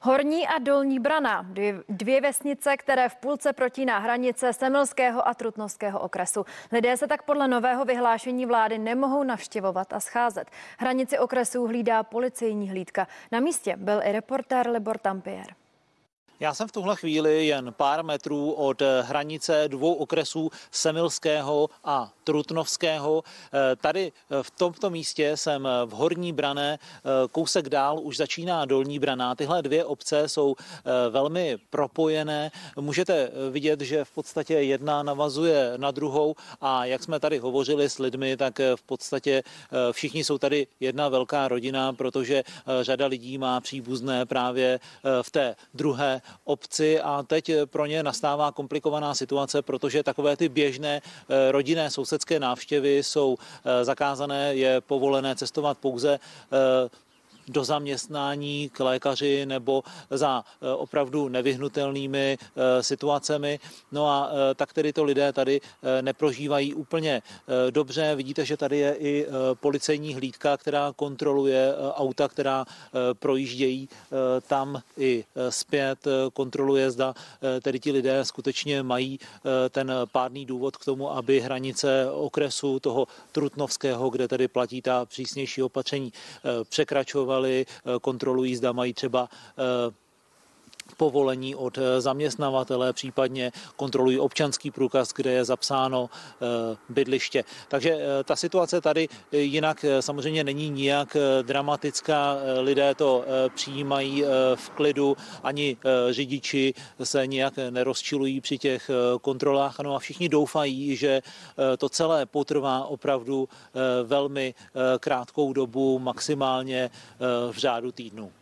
Horní a Dolní Brana, dvě vesnice, které v půlce protíná hranice Semilského a Trutnovského okresu. Lidé se tak podle nového vyhlášení vlády nemohou navštěvovat a scházet. Hranici okresů hlídá policejní hlídka. Na místě byl i reportér Libor Tampier. Já jsem v tuhle chvíli jen pár metrů od hranice dvou okresů Semilského a Trutnovského. Tady v tomto místě jsem v Horní Braně, kousek dál už začíná Dolní Brana. Tyhle dvě obce jsou velmi propojené. Můžete vidět, že v podstatě jedna navazuje na druhou a jak jsme tady hovořili s lidmi, tak v podstatě všichni jsou tady jedna velká rodina, protože řada lidí má příbuzné právě v té druhé obci a teď pro ně nastává komplikovaná situace, protože takové ty běžné rodinné sousedské návštěvy jsou zakázané, je povolené cestovat pouze do zaměstnání k lékaři nebo za opravdu nevyhnutelnými situacemi. No a tak tedy to lidé tady neprožívají úplně dobře. Vidíte, že tady je i policejní hlídka, která kontroluje auta, která projíždějí tam i zpět, kontroluje, zda tedy ti lidé skutečně mají ten pádný důvod k tomu, aby hranice okresu toho Trutnovského, kde tedy platí ta přísnější opatření, překračovali, kontrolují, zda mají třeba povolení od zaměstnavatele, případně kontrolují občanský průkaz, kde je zapsáno bydliště. Takže ta situace tady jinak samozřejmě není nijak dramatická. Lidé to přijímají v klidu, ani řidiči se nijak nerozčilují při těch kontrolách. No a všichni doufají, že to celé potrvá opravdu velmi krátkou dobu, maximálně v řádu týdnů.